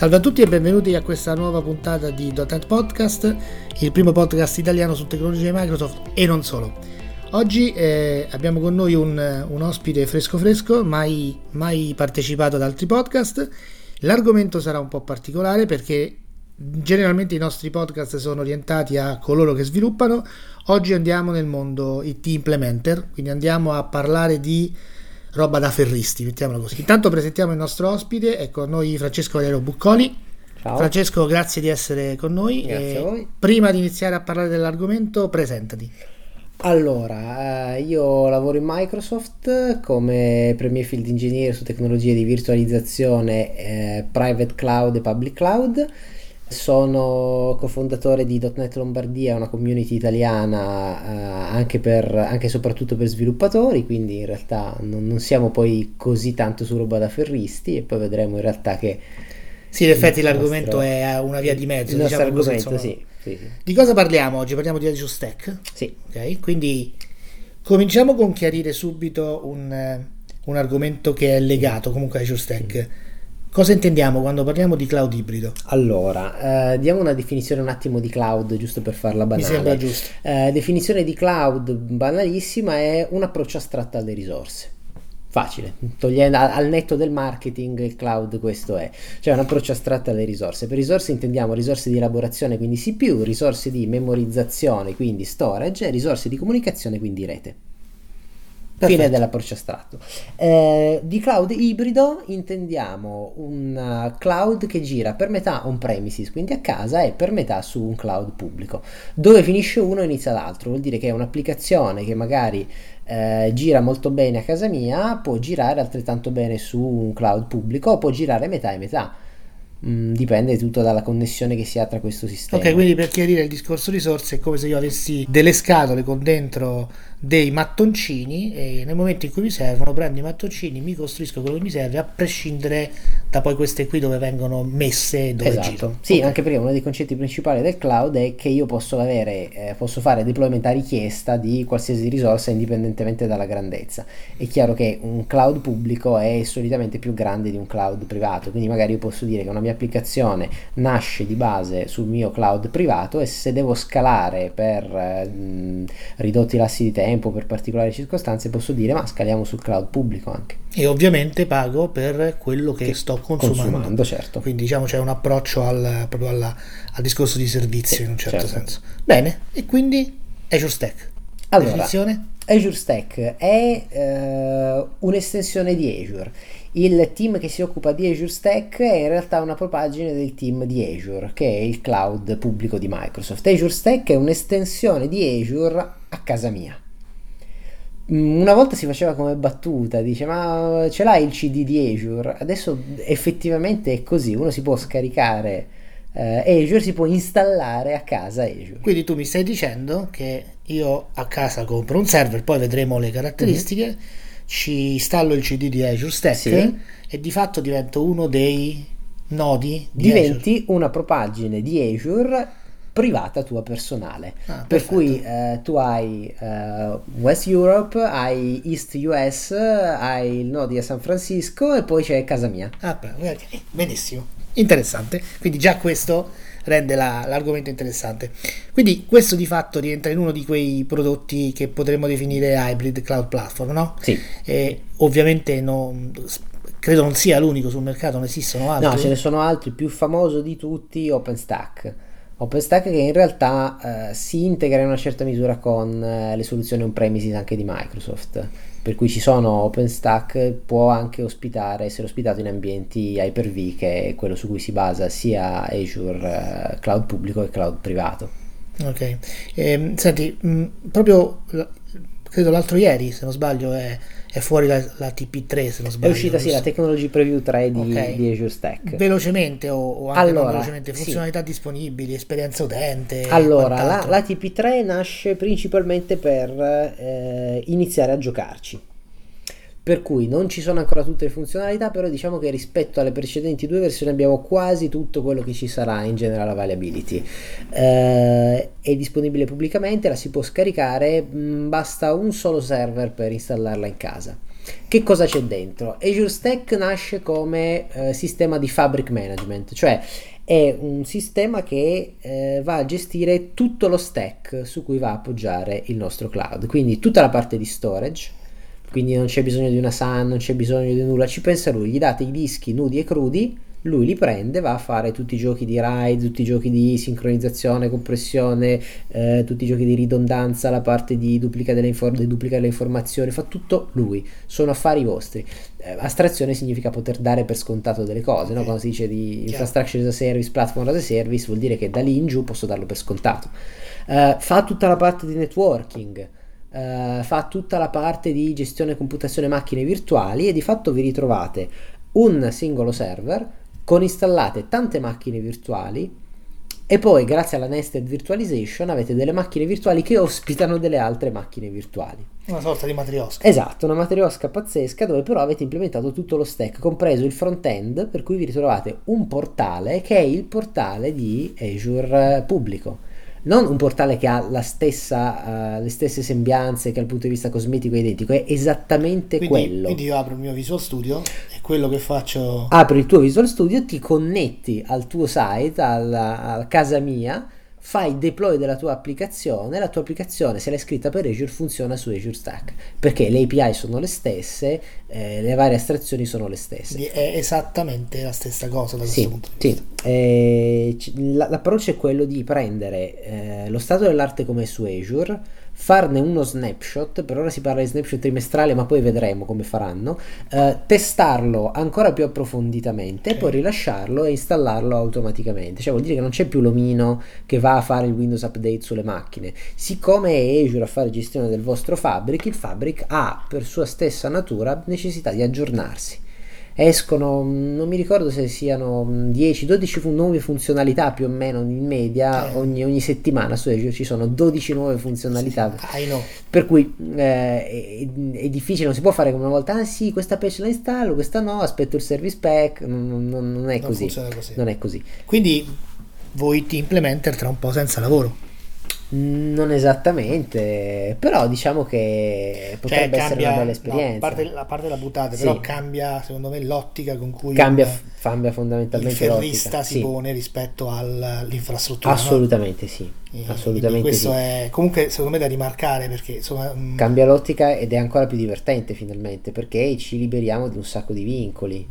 Salve a tutti e benvenuti a questa nuova puntata di .NET Podcast, il primo podcast italiano su tecnologie di Microsoft e non solo. Oggi abbiamo con noi un ospite fresco, mai partecipato ad altri podcast. L'argomento sarà un po' particolare perché generalmente i nostri podcast sono orientati a coloro che sviluppano. Oggi andiamo nel mondo IT implementer, quindi andiamo a parlare di roba da ferristi, mettiamola così. Intanto presentiamo il nostro ospite, è con noi Francesco Valerio Buccoli. Ciao. Francesco, grazie di essere con noi. Grazie a voi. Prima di iniziare a parlare dell'argomento, presentati. Allora, io lavoro in Microsoft come Premier Field Engineer su tecnologie di virtualizzazione, private cloud e public cloud. Sono cofondatore di .NET Lombardia, una community italiana anche e soprattutto per sviluppatori, quindi in realtà non siamo poi così tanto su roba da ferristi, e poi vedremo in realtà che sì, in effetti l'argomento è una via di mezzo. Il nostro argomento, così, sì. Di cosa parliamo oggi? Parliamo di Azure Stack? Sì. Ok, quindi cominciamo con chiarire subito un argomento che è legato comunque a Azure Stack. Cosa intendiamo quando parliamo di cloud ibrido? Allora, diamo una definizione un attimo di cloud, giusto per farla banale. Mi sembra giusto. Definizione di cloud banalissima è un approccio astratto alle risorse. Facile, togliendo al netto del marketing, il cloud questo è, cioè un approccio astratto alle risorse. Per risorse intendiamo risorse di elaborazione, quindi CPU, risorse di memorizzazione, quindi storage, e risorse di comunicazione, quindi rete. Fine dell'approccio astratto. Di cloud ibrido intendiamo un cloud che gira per metà on premises, quindi a casa, e per metà su un cloud pubblico. Dove finisce uno inizia l'altro, vuol dire che è un'applicazione che magari gira molto bene a casa mia, può girare altrettanto bene su un cloud pubblico, o può girare metà e metà. Dipende tutto dalla connessione che si ha tra questo sistema. Ok, quindi per chiarire il discorso risorse è come se io avessi delle scatole con dentro dei mattoncini e nel momento in cui mi servono prendo i mattoncini, mi costruisco quello che mi serve a prescindere da poi queste qui dove vengono messe, dove giro. Sì, okay. Anche perché uno dei concetti principali del cloud è che io posso fare deployment a richiesta di qualsiasi risorsa indipendentemente dalla grandezza. È chiaro che un cloud pubblico è solitamente più grande di un cloud privato, quindi magari io posso dire che una mia applicazione nasce di base sul mio cloud privato, e se devo scalare per ridotti lassi di tempo, per particolari circostanze, posso dire ma scaliamo sul cloud pubblico anche. E ovviamente pago per quello che sto consumando, certo. Quindi diciamo c'è un approccio proprio al discorso di servizio, sì, in un certo senso. Certo. Bene, e quindi Azure Stack. Allora, definizione? Azure Stack è un'estensione di Azure. Il team che si occupa di Azure Stack è in realtà una propagine del team di Azure, che è il cloud pubblico di Microsoft. Azure Stack è un'estensione di Azure a casa mia. Una volta si faceva come battuta, dice ma ce l'hai il CD di Azure? Adesso effettivamente è così, uno si può scaricare Azure, si può installare a casa Azure. Quindi tu mi stai dicendo che io a casa compro un server, poi vedremo le caratteristiche, ci installo il CD di Azure Stack, sì, e di fatto divento uno dei nodi di diventi Azure. una propagine di Azure privata tua, personale. Per perfetto. cui tu hai West Europe, hai East US, hai il nodi a San Francisco, e poi c'è casa mia. Benissimo, interessante. Quindi già questo rende l'argomento interessante. Quindi questo di fatto rientra in uno di quei prodotti che potremmo definire hybrid cloud platform, no? Sì. Ovviamente credo non sia l'unico sul mercato, non esistono altri. No, ce ne sono altri. Più famoso di tutti OpenStack che in realtà si integra in una certa misura con le soluzioni on-premises anche di Microsoft, per cui ci sono OpenStack, può anche essere ospitato in ambienti Hyper-V, che è quello su cui si basa sia Azure cloud pubblico che cloud privato. Ok, senti, proprio credo l'altro ieri, se non sbaglio, è fuori la TP3, se non sbaglio. È uscita la Technology Preview 3 di Azure Stack. Velocemente o anche non velocemente, funzionalità disponibili, esperienza utente. Allora, la TP3 nasce principalmente per iniziare a giocarci. Per cui non ci sono ancora tutte le funzionalità, però diciamo che rispetto alle precedenti due versioni abbiamo quasi tutto quello che ci sarà in general availability. È disponibile pubblicamente, la si può scaricare, basta un solo server per installarla in casa. Che cosa c'è dentro? Azure Stack nasce come sistema di fabric management, cioè è un sistema che va a gestire tutto lo stack su cui va a appoggiare il nostro cloud, quindi tutta la parte di storage, quindi non c'è bisogno di una SAN, non c'è bisogno di nulla, ci pensa lui, gli date i dischi nudi e crudi, lui li prende, va a fare tutti i giochi di RAID, tutti i giochi di sincronizzazione, compressione, tutti i giochi di ridondanza, la parte di duplica delle informazioni, fa tutto lui, sono affari vostri. Astrazione significa poter dare per scontato delle cose, no? Quando si dice di infrastructure as a service, platform as a service, vuol dire che da lì in giù posso darlo per scontato. Fa tutta la parte di networking, fa tutta la parte di gestione computazione macchine virtuali, e di fatto vi ritrovate un singolo server con installate tante macchine virtuali, e poi grazie alla nested virtualization avete delle macchine virtuali che ospitano delle altre macchine virtuali. Una sorta di matriosca. Esatto, una matriosca pazzesca, dove però avete implementato tutto lo stack, compreso il front-end, per cui vi ritrovate un portale che è il portale di Azure pubblico. Non un portale che ha le stesse sembianze, che dal punto di vista cosmetico è identico, è esattamente quello. Quindi io apro il mio Visual Studio e quello che faccio... Apri il tuo Visual Studio, ti connetti al tuo site, a casa mia, fai deploy della tua applicazione, la tua applicazione, se l'hai scritta per Azure, funziona su Azure Stack, perché le API sono le stesse, le varie astrazioni sono le stesse. Quindi è esattamente la stessa cosa da questo punto di vista. L'approccio è quello di prendere lo stato dell'arte come è su Azure, farne uno snapshot, per ora si parla di snapshot trimestrale, ma poi vedremo come faranno, testarlo ancora più approfonditamente, e poi rilasciarlo e installarlo automaticamente. Cioè vuol dire che non c'è più l'omino che va a fare il Windows Update sulle macchine. Siccome è Azure a fare gestione del vostro Fabric, il Fabric ha per sua stessa natura necessità di aggiornarsi. Escono, non mi ricordo se siano 10-12 nuove funzionalità più o meno in media, ogni settimana su Azure ci sono 12 nuove funzionalità. Per cui è difficile, non si può fare come una volta, sì, questa patch la installo, questa no, aspetto il service pack, non è così. Non è così. Quindi voi team implementer tra un po' senza lavoro. Non esattamente, però diciamo che potrebbe essere una bella esperienza. No, a parte la buttata, sì. Però cambia secondo me l'ottica con cui cambia fondamentalmente il ferrista si pone rispetto all'infrastruttura. Assolutamente, no? Sì. Assolutamente questo sì. È comunque secondo me da rimarcare, perché insomma cambia l'ottica ed è ancora più divertente finalmente, perché ci liberiamo di un sacco di vincoli.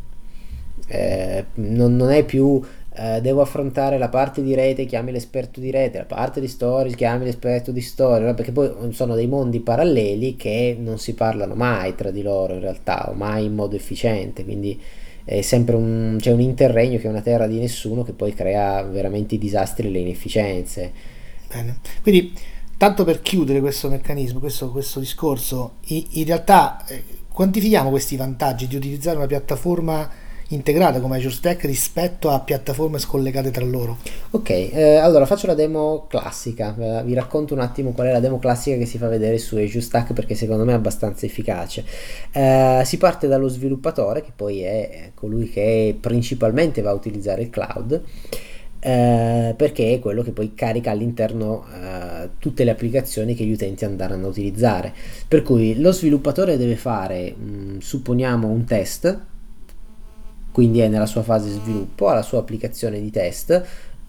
Non è più devo affrontare la parte di rete, chiami l'esperto di rete, la parte di storage, chiami l'esperto di storage, no? Perché poi sono dei mondi paralleli che non si parlano mai tra di loro in realtà, o mai in modo efficiente, quindi è sempre c'è un interregno che è una terra di nessuno, che poi crea veramente i disastri e le inefficienze. Bene, quindi tanto per chiudere questo meccanismo, questo discorso, in realtà quantifichiamo questi vantaggi di utilizzare una piattaforma integrata come Azure Stack rispetto a piattaforme scollegate tra loro. Ok, allora faccio la demo classica, vi racconto un attimo qual è la demo classica che si fa vedere su Azure Stack, perché secondo me è abbastanza efficace. Si parte dallo sviluppatore, che poi è colui che principalmente va a utilizzare il cloud, perché è quello che poi carica all'interno tutte le applicazioni che gli utenti andranno a utilizzare. Per cui lo sviluppatore deve fare, supponiamo, un test, quindi è nella sua fase di sviluppo, ha la sua applicazione di test,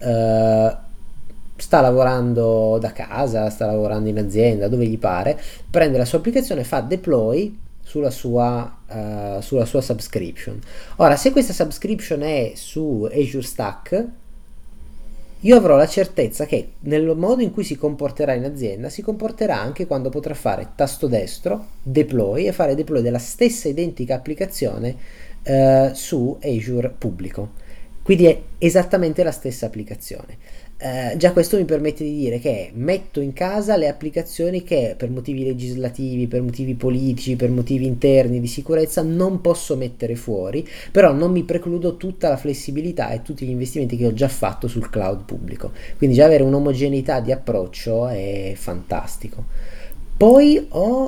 sta lavorando da casa, sta lavorando in azienda, dove gli pare, prende la sua applicazione, fa deploy sulla sua subscription. Ora, se questa subscription è su Azure Stack, io avrò la certezza che nel modo in cui si comporterà in azienda si comporterà anche quando potrà fare tasto destro, deploy, e fare deploy della stessa identica applicazione su Azure pubblico. Quindi è esattamente la stessa applicazione. Già questo mi permette di dire che metto in casa le applicazioni che per motivi legislativi, per motivi politici, per motivi interni di sicurezza non posso mettere fuori, però non mi precludo tutta la flessibilità e tutti gli investimenti che ho già fatto sul cloud pubblico. Quindi già avere un'omogeneità di approccio è fantastico. Poi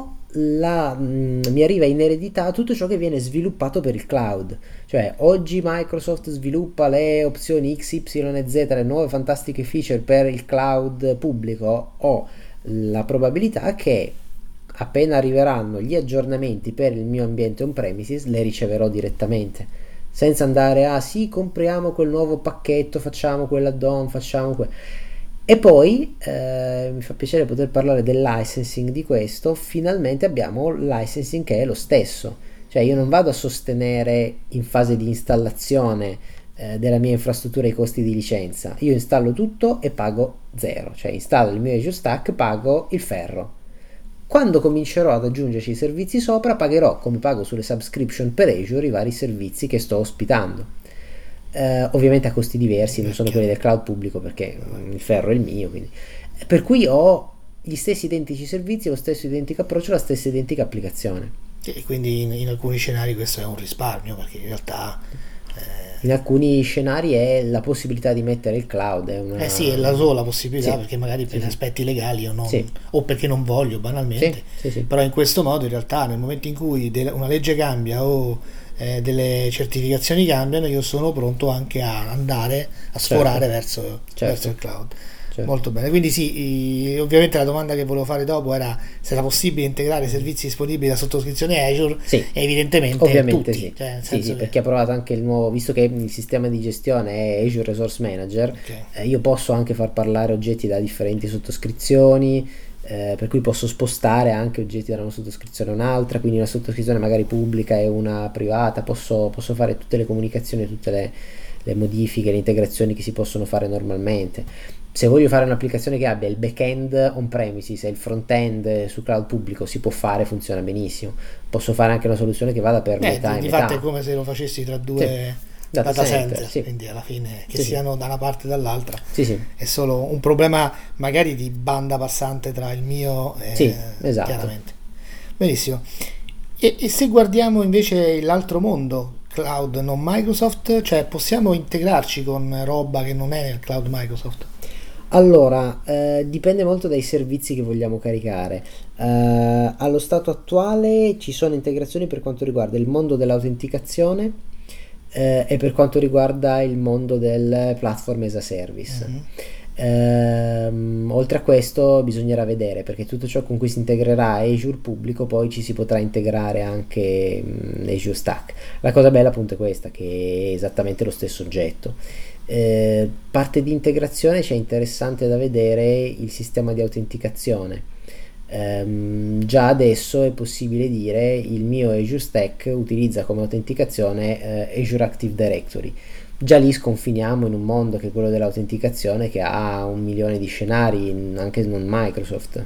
mi arriva in eredità tutto ciò che viene sviluppato per il cloud, cioè oggi Microsoft sviluppa le opzioni X, Y e Z, le nuove fantastiche feature per il cloud pubblico. Ho la probabilità che appena arriveranno gli aggiornamenti per il mio ambiente on premises, le riceverò direttamente, senza andare a sì, compriamo quel nuovo pacchetto, facciamo quell'add-on, facciamo e poi mi fa piacere poter parlare del licensing di questo. Finalmente abbiamo il licensing che è lo stesso, cioè io non vado a sostenere in fase di installazione della mia infrastruttura i costi di licenza, io installo tutto e pago zero, cioè installo il mio Azure Stack, pago il ferro. Quando comincerò ad aggiungerci i servizi sopra, pagherò come pago sulle subscription per Azure i vari servizi che sto ospitando. Ovviamente a costi diversi, non sono quelli del cloud pubblico perché il ferro è il mio, quindi. Per cui ho gli stessi identici servizi, lo stesso identico approccio, la stessa identica applicazione. E quindi in alcuni scenari questo è un risparmio, perché in realtà in alcuni scenari è la possibilità di mettere il cloud, è sì, è la sola possibilità, sì, perché magari per aspetti legali o non, sì, o perché non voglio banalmente, però in questo modo in realtà nel momento in cui una legge cambia o delle certificazioni cambiano, io sono pronto anche a andare a sforare verso il cloud. Molto bene, quindi sì, ovviamente la domanda che volevo fare dopo era se era possibile integrare servizi disponibili da sottoscrizione Azure. Sì, e evidentemente ovviamente tutti, sì, cioè, sì, perché ha provato anche il nuovo, visto che il sistema di gestione è Azure Resource Manager, io posso anche far parlare oggetti da differenti sottoscrizioni, per cui posso spostare anche oggetti da una sottoscrizione a un'altra, quindi una sottoscrizione magari pubblica e una privata, posso fare tutte le comunicazioni, tutte le modifiche, le integrazioni che si possono fare normalmente. Se voglio fare un'applicazione che abbia il back-end on premises e il front-end su cloud pubblico, si può fare, funziona benissimo. Posso fare anche una soluzione che vada per metà e di metà. fatto è come se lo facessi tra due data center, quindi alla fine che siano da una parte e dall'altra è solo un problema magari di banda passante tra il mio e esatto. Chiaramente. Benissimo. E se guardiamo invece l'altro mondo, cloud non Microsoft, cioè possiamo integrarci con roba che non è nel cloud Microsoft? Allora, dipende molto dai servizi che vogliamo caricare. Allo stato attuale ci sono integrazioni per quanto riguarda il mondo dell'autenticazione e per quanto riguarda il mondo del platform as a service. Oltre a questo bisognerà vedere, perché tutto ciò con cui si integrerà Azure pubblico poi ci si potrà integrare anche Azure Stack. La cosa bella appunto è questa, che è esattamente lo stesso oggetto. Parte di integrazione c'è interessante da vedere il sistema di autenticazione. Già adesso è possibile dire il mio Azure Stack utilizza come autenticazione Azure Active Directory. Già lì sconfiniamo in un mondo che è quello dell'autenticazione, che ha 1 milione di scenari, anche non Microsoft.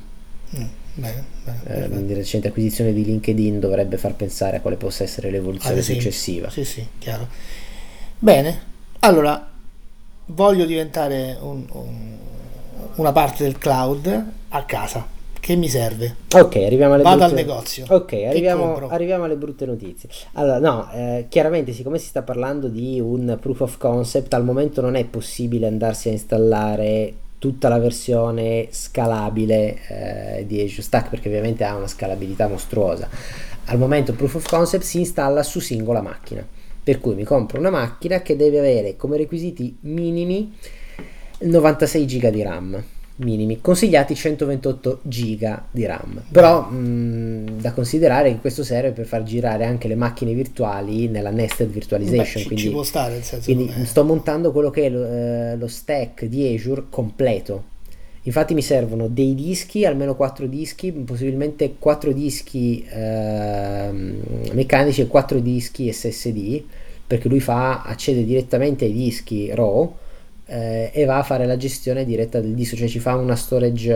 Bene, di recente acquisizione di LinkedIn dovrebbe far pensare a quale possa essere l'evoluzione successiva. Sì, chiaro. Bene, allora voglio diventare una parte del cloud a casa. Che mi serve? Ok, arriviamo alle Vado al negozio. Ok, arriviamo alle brutte notizie. Allora, no, chiaramente, siccome si sta parlando di un proof of concept, al momento non è possibile andarsi a installare tutta la versione scalabile di Azure Stack, perché ovviamente ha una scalabilità mostruosa. Al momento il proof of concept si installa su singola macchina, per cui mi compro una macchina che deve avere come requisiti minimi 96 giga di RAM, minimi, consigliati 128 giga di RAM, però da considerare che questo serve per far girare anche le macchine virtuali nella nested virtualization. Quindi ci può stare, nel senso, quindi sto montando quello che è lo stack di Azure completo. Infatti mi servono dei dischi, almeno 4 dischi, possibilmente 4 dischi meccanici e 4 dischi SSD, perché lui accede direttamente ai dischi RAW e va a fare la gestione diretta del disco, cioè ci fa uno storage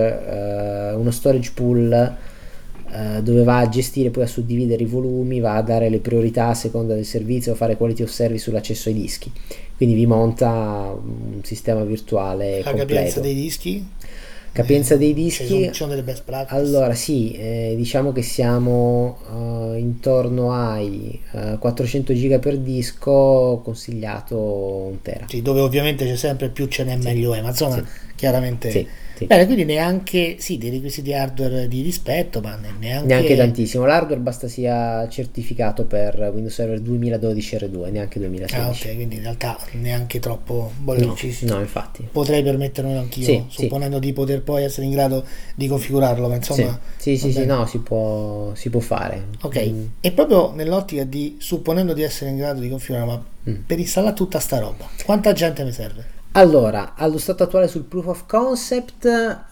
pool dove va a gestire, poi a suddividere i volumi, va a dare le priorità a seconda del servizio, a fare quality of service sull'accesso ai dischi, quindi vi monta un sistema virtuale completo. Capienza dei dischi? Capienza dei dischi, ci sono delle best practice? Allora sì, diciamo che siamo intorno ai 400 giga per disco, consigliato 1 tera. Sì, dove ovviamente c'è sempre più ce n'è meglio è, ma insomma chiaramente Sì. Bene, quindi neanche, sì, dei requisiti hardware di rispetto, ma Neanche neanche... tantissimo. L'hardware basta sia certificato per Windows Server 2012 R2, neanche Ah, ok, 2016. quindi in realtà neanche troppo No, bollettini. no, infatti. Potrei permettermelo anch'io, Sì, sì. supponendo di poter poi essere in grado di configurarlo, ma Sì, insomma, sì, va sì, sì, bene. no, si può fare. Ok, e proprio nell'ottica di, supponendo di essere in grado di configurare, ma Mm. per installare tutta sta roba, quanta gente mi serve? Allora, allo stato attuale sul proof of concept,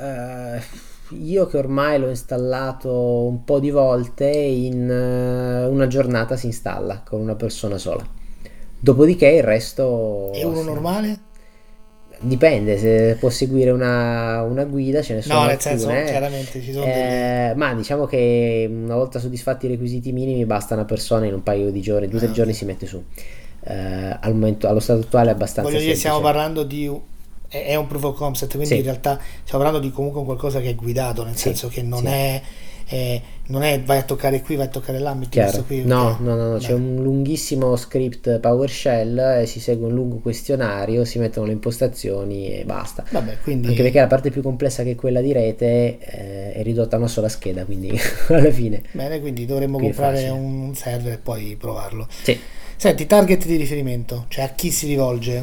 io che ormai l'ho installato un po' di volte, in una giornata si installa con una persona sola. Dopodiché il E resto uno normale? dipende, se può seguire una guida, ce ne No, sono nel senso, alcune, chiaramente ci sono delle... ma diciamo che una volta soddisfatti i requisiti minimi basta una persona in un paio di giorni, 2 o 3 Ah, ok. giorni si mette su. Al momento, allo stato attuale è abbastanza Voglio dire, stiamo semplice. parlando di... È un proof of concept, quindi in Sì, realtà stiamo parlando di comunque un qualcosa che è guidato, nel sì, senso che sì. non è vai a toccare qui, vai a toccare là, metti questo Chiaro. qui, No, ok. no, no, no, c'è Bene. un lunghissimo script PowerShell e si segue un lungo questionario, si mettono le impostazioni e basta. Vabbè, Anche quindi... perché la parte più complessa che è quella di rete è ridotta a una sola scheda, quindi alla fine Bene, quindi dovremmo qui è comprare facile. un server e poi provarlo. Sì. Senti, target di riferimento, cioè a chi si rivolge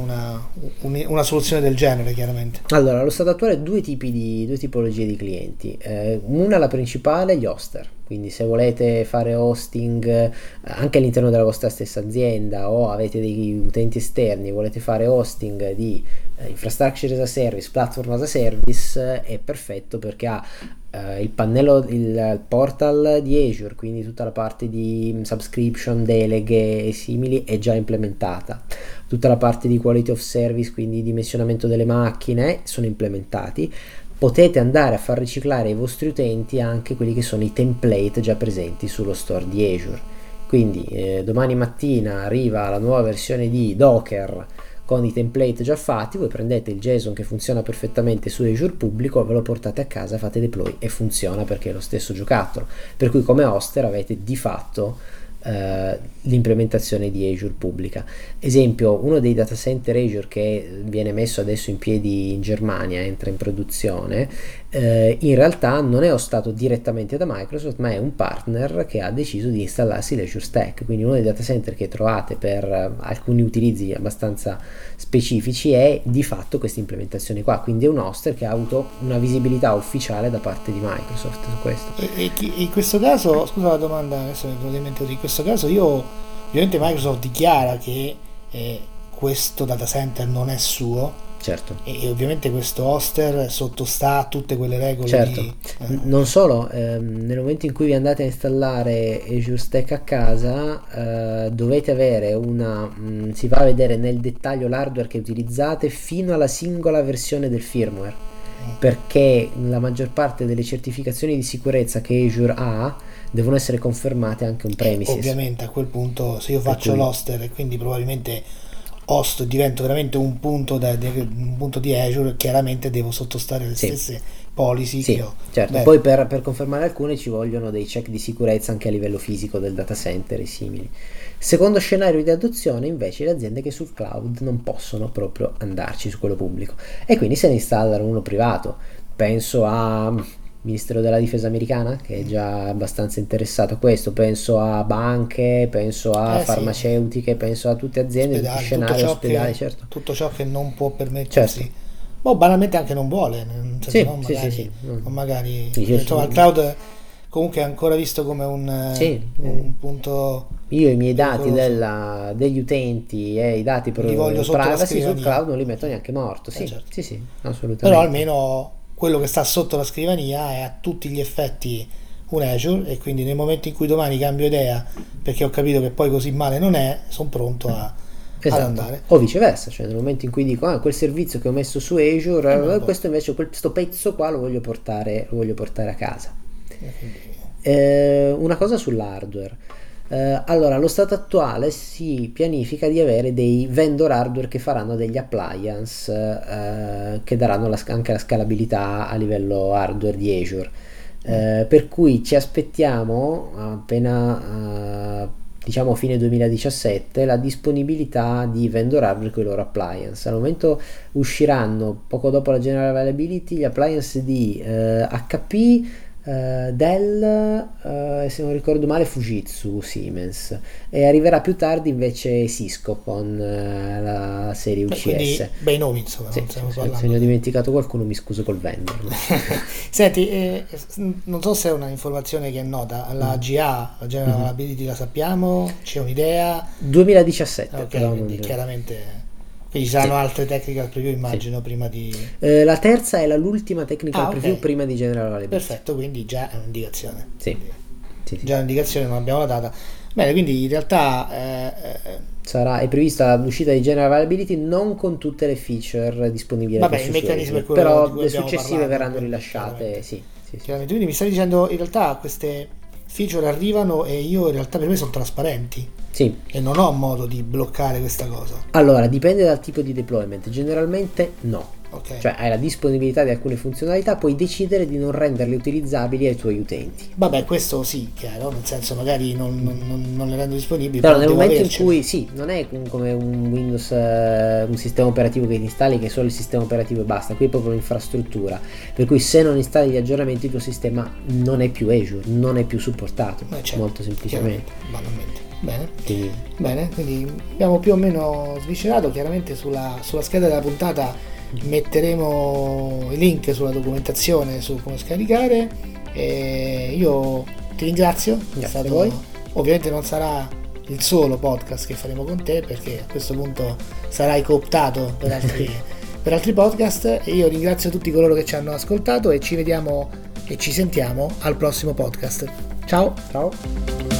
una soluzione del genere, chiaramente. Allora, allo stato attuale due tipologie di clienti. Una, la principale, gli hoster. Quindi se volete fare hosting anche all'interno della vostra stessa azienda o avete degli utenti esterni, volete fare hosting di infrastructure as a service, platform as a service, è perfetto perché ha il pannello, il portal di Azure, quindi tutta la parte di subscription, deleghe e simili è già implementata. Tutta la parte di quality of service, quindi dimensionamento delle macchine, sono implementati. Potete andare a far riciclare ai vostri utenti anche quelli che sono i template già presenti sullo store di Azure. Quindi domani mattina arriva la nuova versione di Docker con i template già fatti, voi prendete il JSON che funziona perfettamente su Azure pubblico, ve lo portate a casa, fate deploy e funziona perché è lo stesso giocattolo. Per cui come hoster avete di fatto l'implementazione di Azure pubblica. Esempio, uno dei data center Azure che viene messo adesso in piedi in Germania, entra in produzione, in realtà non è hostato direttamente da Microsoft, ma è un partner che ha deciso di installarsi l'Azure Stack. Quindi uno dei data center che trovate per alcuni utilizzi abbastanza specifici è di fatto questa implementazione qua. Quindi è un hoster che ha avuto una visibilità ufficiale da parte di Microsoft su questo. In questo caso, scusa la domanda, adesso mi è venuto in mente così, in questo caso ovviamente Microsoft dichiara che questo data center non è suo Certo. e ovviamente questo hoster sottostà a tutte quelle regole Certo, di... non solo, nel momento in cui vi andate a installare Azure Stack a casa, dovete avere si va a vedere nel dettaglio l'hardware che utilizzate fino alla singola versione del firmware, perché la maggior parte delle certificazioni di sicurezza che Azure ha devono essere confermate anche on premises. Ovviamente a quel punto se io Per faccio cui, l'hoster e quindi probabilmente host divento veramente un punto di Azure, chiaramente devo sottostare alle sì. stesse policy che Sì, ho. certo, Bene, poi per confermare alcune ci vogliono dei check di sicurezza anche a livello fisico del data center e simili. Secondo scenario di adozione invece le aziende che sul cloud non possono proprio andarci su quello pubblico e quindi se ne installano uno privato. Penso a Ministero della Difesa americana che è già abbastanza interessato a questo, penso a banche, penso a sì, farmaceutiche, penso a tutte aziende, tutti ospedali, scenari, ospedali, certo. tutto ciò che non può Certo. permettersi, o banalmente anche non vuole, nel senso Sì, no, sì, sì, magari, sì. o magari Io insomma il cloud comunque è ancora visto come sì, un punto io i miei dati pericoloso, degli utenti e i dati li voglio sotto la privacy sul scrivania. cloud non li metto neanche morto. Sì, Certo. sì, sì, Però assolutamente. almeno quello che sta sotto la scrivania è a tutti gli effetti un Azure e quindi nel momento in cui domani cambio idea perché ho capito che poi così male non è, sono pronto ad Esatto. andare. O viceversa, cioè nel momento in cui dico quel servizio che ho messo su E me lo Azure, porto. questo invece, questo pezzo qua lo voglio portare a casa. E quindi, Una cosa sull'hardware. Allora, allo stato attuale si pianifica di avere dei vendor hardware che faranno degli appliance che daranno anche la scalabilità a livello hardware di Azure. Per cui ci aspettiamo appena diciamo fine 2017, la disponibilità di vendor hardware con i loro appliance. Al momento usciranno poco dopo la general availability gli appliance di HP, Dell, se non ricordo male Fujitsu, Siemens, e arriverà più tardi invece Cisco con la serie UCS. Quindi bei nomi, insomma. Sì, Non stiamo se parlando ne ho dimenticato qualcuno mi scuso col vendor. Senti, non so se è una informazione che è nota, la GA, la General Availability, la sappiamo, c'è un'idea? 2017 Ok, però quindi non... chiaramente ci saranno altre technical preview, immagino, prima di... la terza è l'ultima technical ok. preview prima di General Availability. Perfetto, quindi già è un'indicazione. Sì. Sì. Già è un'indicazione, non abbiamo la data. Bene, quindi in realtà... è prevista l'uscita di General Availability non con tutte le feature disponibili. Vabbè, il meccanismo è quello però di cui le abbiamo successive parlato, verranno rilasciate. Sì. Chiaramente. Quindi mi stai dicendo, in realtà queste feature arrivano e io in realtà per me sono trasparenti. Sì. E non ho modo di bloccare questa cosa. Allora, dipende dal tipo di deployment. Generalmente no. Okay. Cioè hai la disponibilità di alcune funzionalità, puoi decidere di non renderle utilizzabili ai tuoi utenti. Vabbè, questo sì, chiaro, nel senso magari non le rendo disponibili. Però nel momento in cui sì, non è come un Windows, un sistema operativo che ti installi, che è solo il sistema operativo e basta, qui è proprio l'infrastruttura, per cui se non installi gli aggiornamenti il tuo sistema non è più Azure, non è più supportato, certo, molto semplicemente. Banalmente. Bene. Quindi. Bene, quindi abbiamo più o meno sviscerato. Chiaramente sulla scheda della puntata metteremo i link sulla documentazione su come scaricare, e io ti ringrazio. Grazie a voi. Ovviamente non sarà il solo podcast che faremo con te, perché a questo punto sarai cooptato per altri podcast, e io ringrazio tutti coloro che ci hanno ascoltato e ci vediamo e ci sentiamo al prossimo podcast. Ciao.